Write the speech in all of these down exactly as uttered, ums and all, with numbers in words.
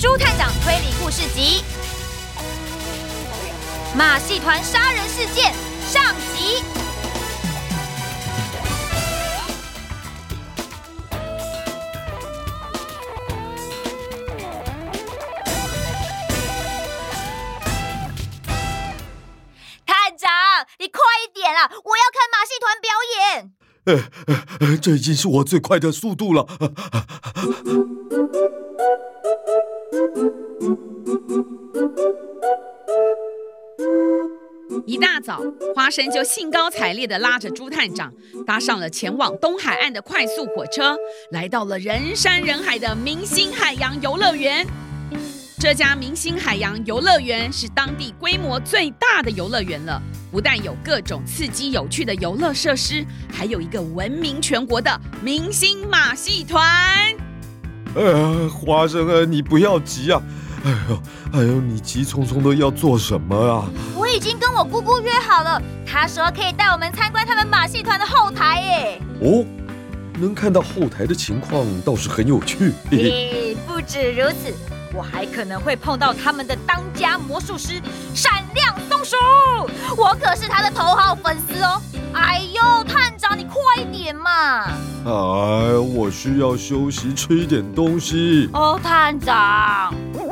猪探长推理故事集《马戏团杀人事件》上集。探长，你快一点啦！我要看马戏团表演。 呃呃，这已经是我最快的速度了。 一大早，花生就兴高采烈地拉着猪探长，搭上了前往东海岸的快速火车，来到了人山人海的明星海洋游乐园。这家明星海洋游乐园是当地规模最大的游乐园了，不但有各种刺激有趣的游乐设施，还有一个闻名全国的明星马戏团。 呃，花生啊，你不要急啊！哎呦，哎呦，你急匆匆的要做什么啊？ 我已经跟我姑姑约好了，她说可以带我们参观他们马戏团的后台耶。 哦，能看到后台的情况倒是很有趣。嘿嘿，不止如此，我还可能会碰到他们的当家魔术师闪亮松鼠，我可是他的头号粉丝哦。哎呦，探长，你快一点嘛！ 哎，我需要休息，吃一点东西。 哦，探长。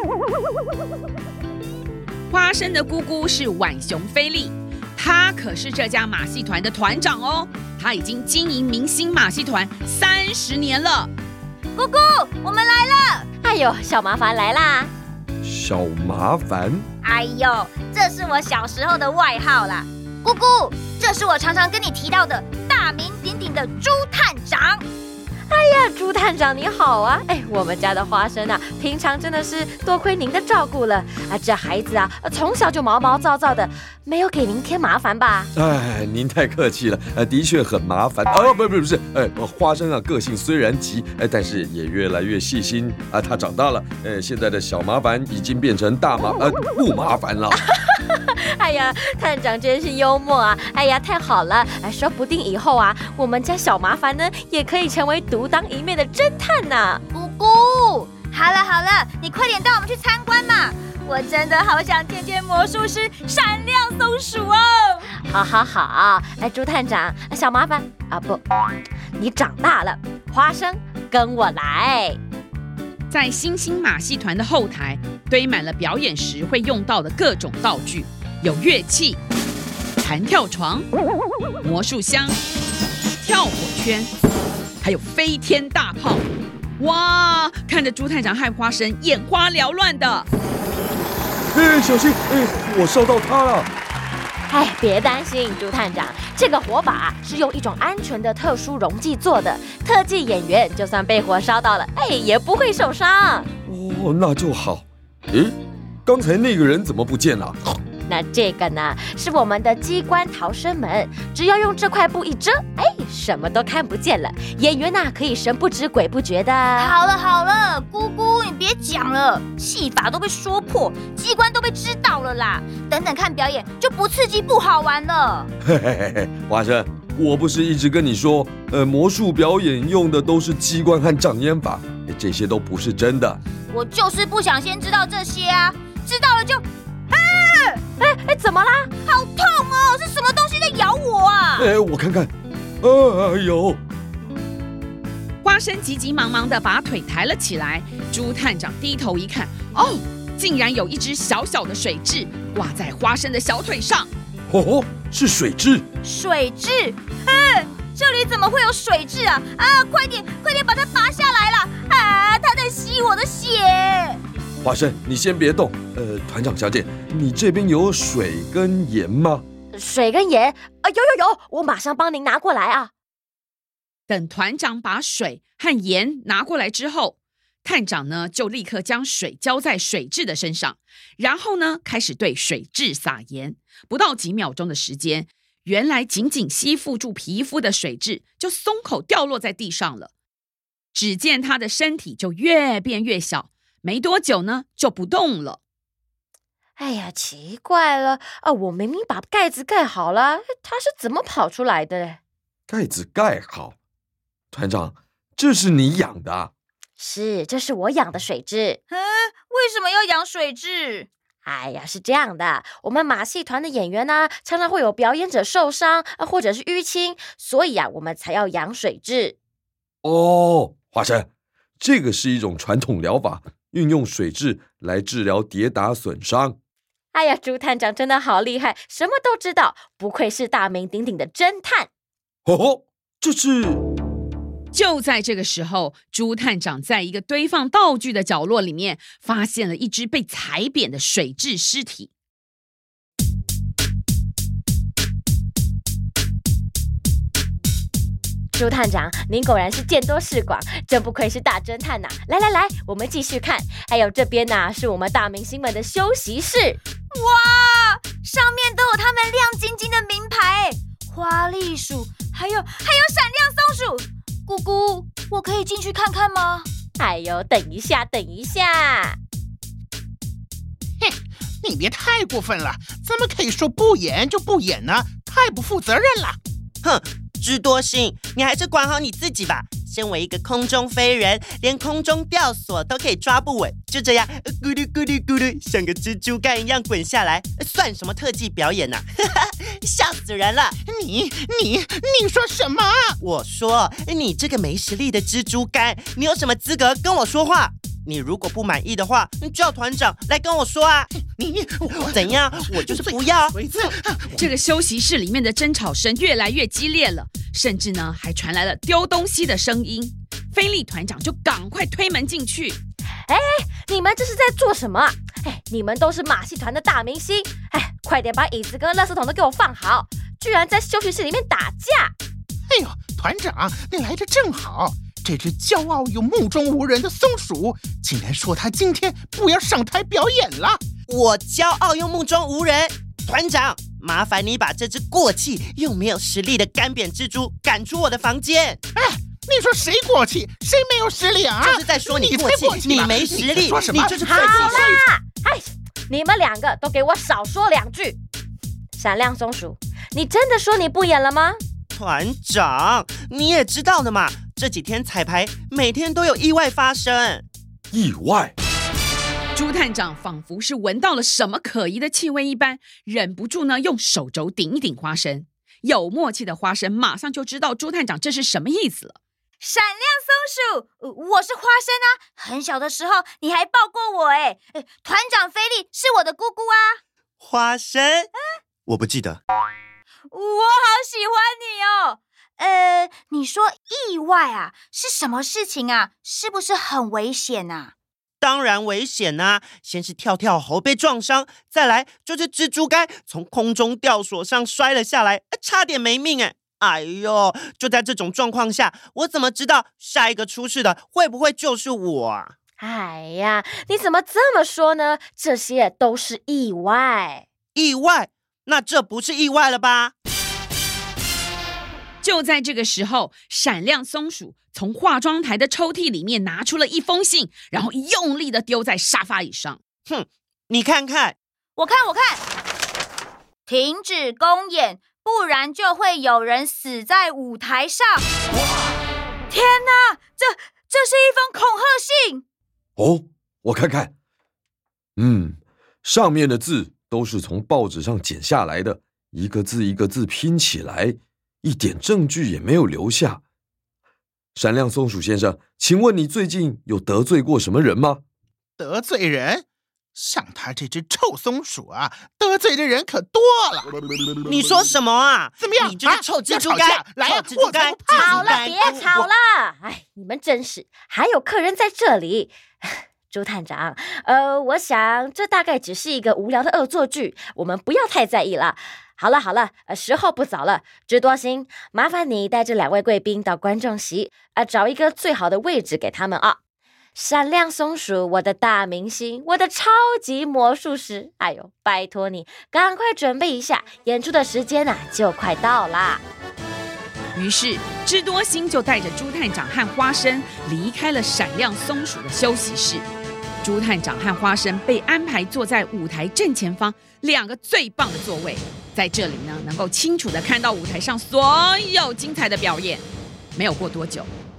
花生的姑姑是浣熊菲利，她可是这家马戏团的团长哦。她已经经营明星马戏团三十年了。 姑姑，我们来了！ 哎呦，小麻烦来啦！ 小麻烦？ 哎呦，这是我小时候的外号啦。姑姑，这是我常常跟你提到的大名鼎鼎的猪探长。 哎呀，猪探长你好啊！哎，我们家的花生啊，平常真的是多亏您的照顾了啊。这孩子啊，从小就毛毛躁躁的，没有给您添麻烦吧？ 哎，您太客气了，呃，的确很麻烦啊。不不不是，哎，花生啊，个性虽然急，哎，但是也越来越细心啊。他长大了，呃，现在的小麻烦已经变成大麻，呃，不麻烦了。 哎呀，探长真是幽默啊！哎呀，太好了！哎，说不定以后啊，我们家小麻烦呢，也可以成为独当一面的侦探呢、啊。 姑姑，好了好了，你快点带我们去参观嘛！我真的好想见见魔术师闪亮松鼠哦！ 好好好，哎，猪探长，小麻烦啊，不，你长大了，花生跟我来。 在星星马戏团的后台堆满了表演时会用到的各种道具，有乐器、弹跳床、魔术箱、跳火圈，还有飞天大炮。哇，看着猪探长和花生眼花缭乱的。 哎，小心！哎，我烧到它了。 哎，别担心，猪探长，这个火把是用一种安全的特殊溶剂做的，特技演员就算被火烧到了，哎，也不会受伤。 哦，那就好。诶，刚才那个人怎么不见了？ 那这个呢，是我们的机关逃生门，只要用这块布一遮，哎，什么都看不见了。演员呐、啊，可以神不知鬼不觉的。 好了好了，姑姑你别讲了，戏法都被说破，机关都被知道了啦。等等看表演就不刺激不好玩了。 嘿嘿嘿嘿，花生，我不是一直跟你说，呃，魔术表演用的都是机关和障眼法，这些都不是真的。 我就是不想先知道这些啊，知道了就。 哎哎，怎么啦？ 好痛哦！是什么东西在咬我啊？ 哎，我看看，哎呦！ 花生急急忙忙地把腿抬了起来。猪探长低头一看，哦，竟然有一只小小的水蛭挂在花生的小腿上。 哦，是水蛭！ 水蛭？嗯，这里怎么会有水蛭啊？啊，快点，快点把它拔下来了！啊，它在吸我的血！ 花生，你先别动。呃，团长小姐，你这边有水跟盐吗？ 水跟盐？啊，有有有，我马上帮您拿过来啊。 等团长把水和盐拿过来之后，探长呢就立刻将水浇在水蛭的身上，然后呢开始对水蛭撒盐。不到几秒钟的时间，原来紧紧吸附住皮肤的水蛭就松口掉落在地上了。只见它的身体就越变越小。没多久呢，就不动了。 哎呀，奇怪了啊！我明明把盖子盖好了，它是怎么跑出来的？ 盖子盖好，团长，这是你养的啊？ 是，这是我养的水蛭。 嗯， 为什么要养水蛭？ 哎呀，是这样的，我们马戏团的演员呢、啊，常常会有表演者受伤，或者是淤青，所以啊，我们才要养水蛭。 哦，花生，这个是一种传统疗法，运用水蛭来治疗跌打损伤。 哎呀，朱探长真的好厉害，什么都知道，不愧是大名鼎鼎的侦探。 哦，这是…… 就在这个时候，朱探长在一个堆放道具的角落里面，发现了一只被踩扁的水蛭尸体。 朱探长，您果然是见多识广，真不愧是大侦探呐、啊！来来来，我们继续看，还有这边呢、啊，是我们大明星们的休息室。 哇，上面都有他们亮晶晶的名牌，花栗鼠，还有还有闪亮松鼠。姑姑，我可以进去看看吗？ 哎呦，等一下，等一下！ 哼，你别太过分了，怎么可以说不演就不演呢？太不负责任了！ 哼，知多星，你还是管好你自己吧。身为一个空中飞人，连空中吊索都可以抓不稳，就这样咕噜咕噜咕噜，像个蜘蛛干一样滚下来，算什么特技表演呢、啊？笑死人了！ 你你你说什么？ 我说你这个没实力的蜘蛛干，你有什么资格跟我说话？你如果不满意的话，叫团长来跟我说啊！ 你怎样？我就是不要。 这个休息室里面的争吵声越来越激烈了，甚至呢还传来了丢东西的声音。菲利团长就赶快推门进去。 哎，你们这是在做什么？哎，你们都是马戏团的大明星，哎，快点把椅子跟垃圾桶都给我放好！居然在休息室里面打架！ 哎呦，团长，你来得正好。这只骄傲又目中无人的松鼠，竟然说他今天不要上台表演了。 我骄傲又目中无人，团长，麻烦你把这只过气又没有实力的干扁蜘蛛赶出我的房间。 哎，你说谁过气，谁没有实力啊？ 就是在说你过气， 你, 你没实力， 你, 说什么你就是好啦！哎，你们两个都给我少说两句。闪亮松鼠，你真的说你不演了吗？ 团长，你也知道的嘛，这几天彩排每天都有意外发生。 意外？ 朱探长仿佛是闻到了什么可疑的气味一般，忍不住呢用手肘顶一顶花生。有默契的花生马上就知道朱探长这是什么意思了。 闪亮松鼠，我是花生啊！很小的时候你还抱过我哎！团长菲利是我的姑姑啊。 花生？嗯、我不记得。 我好喜欢你哦。呃，你说意外啊？是什么事情啊？是不是很危险啊？ 当然危险啊！先是跳跳猴被撞伤，再来就是蜘蛛干从空中吊索上摔了下来，差点没命哎！哎呦，就在这种状况下，我怎么知道下一个出事的会不会就是我啊？ 哎呀，你怎么这么说呢？这些都是意外。 意外？那这不是意外了吧？ 就在这个时候，闪亮松鼠从化妆台的抽屉里面拿出了一封信，然后用力的丢在沙发椅上。 哼，你看看， 我看我看，停止公演，不然就会有人死在舞台上。天哪，这这是一封恐吓信。 哦，我看看，嗯，上面的字都是从报纸上剪下来的，一个字一个字拼起来，一点证据也没有留下。闪亮松鼠先生，请问你最近有得罪过什么人吗？ 得罪人？像他这只臭松鼠啊，得罪的人可多了。 你说什么啊？ 怎么样？ 你这个臭蜘蛛干！ 啊、来啊， 蜘蛛干！ 好了，别吵了。哎，你们真是，还有客人在这里。朱探长，呃，我想这大概只是一个无聊的恶作剧，我们不要太在意了。好了好了，呃，时候不早了，知多星，麻烦你带这两位贵宾到观众席，啊，找一个最好的位置给他们啊。闪亮松鼠，我的大明星，我的超级魔术师，哎呦，拜托你赶快准备一下，演出的时间啊就快到啦。 于是知多星就带着朱探长和花生离开了闪亮松鼠的休息室。朱探长和花生被安排坐在舞台正前方两个最棒的座位，在这里呢能够清楚地看到舞台上所有精彩的表演。没有过多久，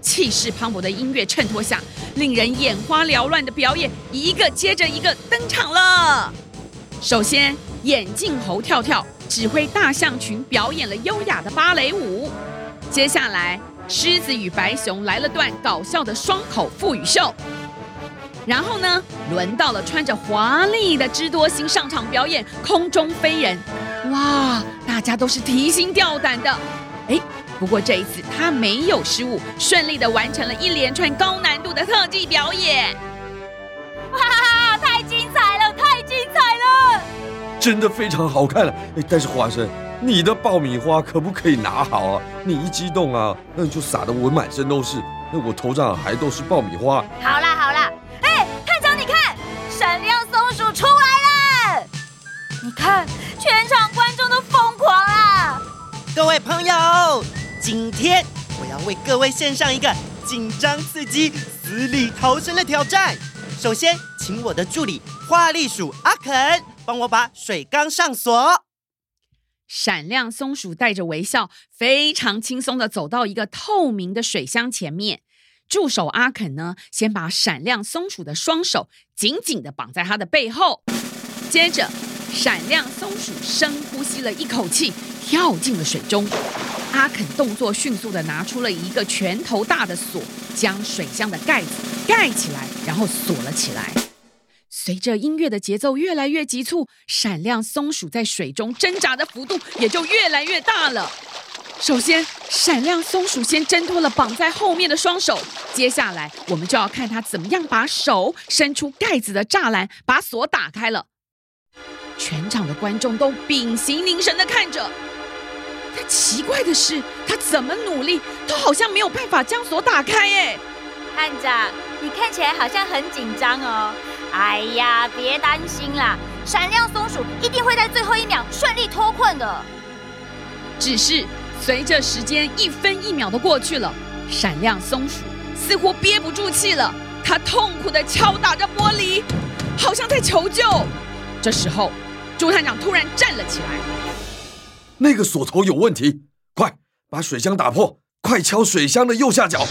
气势磅礴的音乐衬托下，令人眼花缭乱的表演一个接着一个登场了。首先，眼镜猴跳跳指挥大象群表演了优雅的芭蕾舞。接下来，狮子与白熊来了段搞笑的双口腹语秀。然后呢，轮到了穿着华丽的芝多星上场表演空中飞人。哇，大家都是提心吊胆的。哎，不过这一次他没有失误，顺利的完成了一连串高难度的特技表演。 哇，太精彩了，太精彩了！ 真的非常好看了。哎，但是花生，你的爆米花可不可以拿好啊？你一激动啊，那就撒得我满身都是，那我头上还都是爆米花。 好啦好啦，哎，探长你看，闪亮松鼠出来了！你看，全场观众都疯狂啊！ 各位朋友，今天我要为各位献上一个紧张刺激、死里逃生的挑战。首先，请我的助理花栗鼠阿肯帮我把水缸上锁。 闪亮松鼠带着微笑，非常轻松地走到一个透明的水箱前面。助手阿肯呢，先把闪亮松鼠的双手紧紧地绑在他的背后，接着闪亮松鼠深呼吸了一口气，跳进了水中。阿肯动作迅速地拿出了一个拳头大的锁，将水箱的盖子盖起来，然后锁了起来。随着音乐的节奏越来越急促，闪亮松鼠在水中挣扎的幅度也就越来越大了。首先，闪亮松鼠先挣脱了绑在后面的双手，接下来我们就要看它怎么样把手伸出盖子的栅栏，把锁打开了。全场的观众都屏息凝神地看着。但奇怪的是，他怎么努力都好像没有办法将锁打开耶。 探长，你看起来好像很紧张哦。哎呀，别担心啦，闪亮松鼠一定会在最后一秒顺利脱困的。 只是随着时间一分一秒的过去了，闪亮松鼠似乎憋不住气了，它痛苦地敲打着玻璃，好像在求救。这时候，朱探长突然站了起来。 那个锁头有问题，快把水箱打破，快敲水箱的右下角。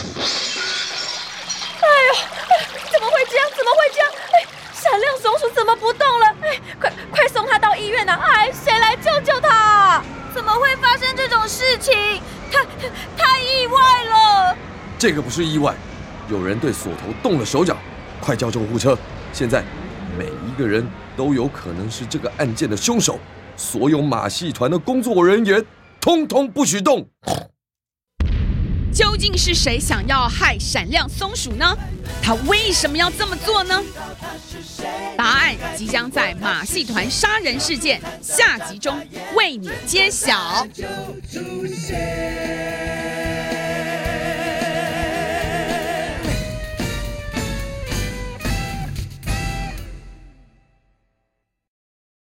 怎么会这样？怎么会这样？哎，闪亮松鼠怎么不动了？哎，快快送它到医院啊！哎，谁来救救它？ 怎么会发生这种事情？太太意外了！ 这个不是意外，有人对锁头动了手脚，快叫救护车！现在每一个人都有可能是这个案件的凶手，所有马戏团的工作人员通通不许动。 究竟是谁想要害闪亮松鼠呢？他为什么要这么做呢？答案即将在马戏团杀人事件下集中为你揭晓。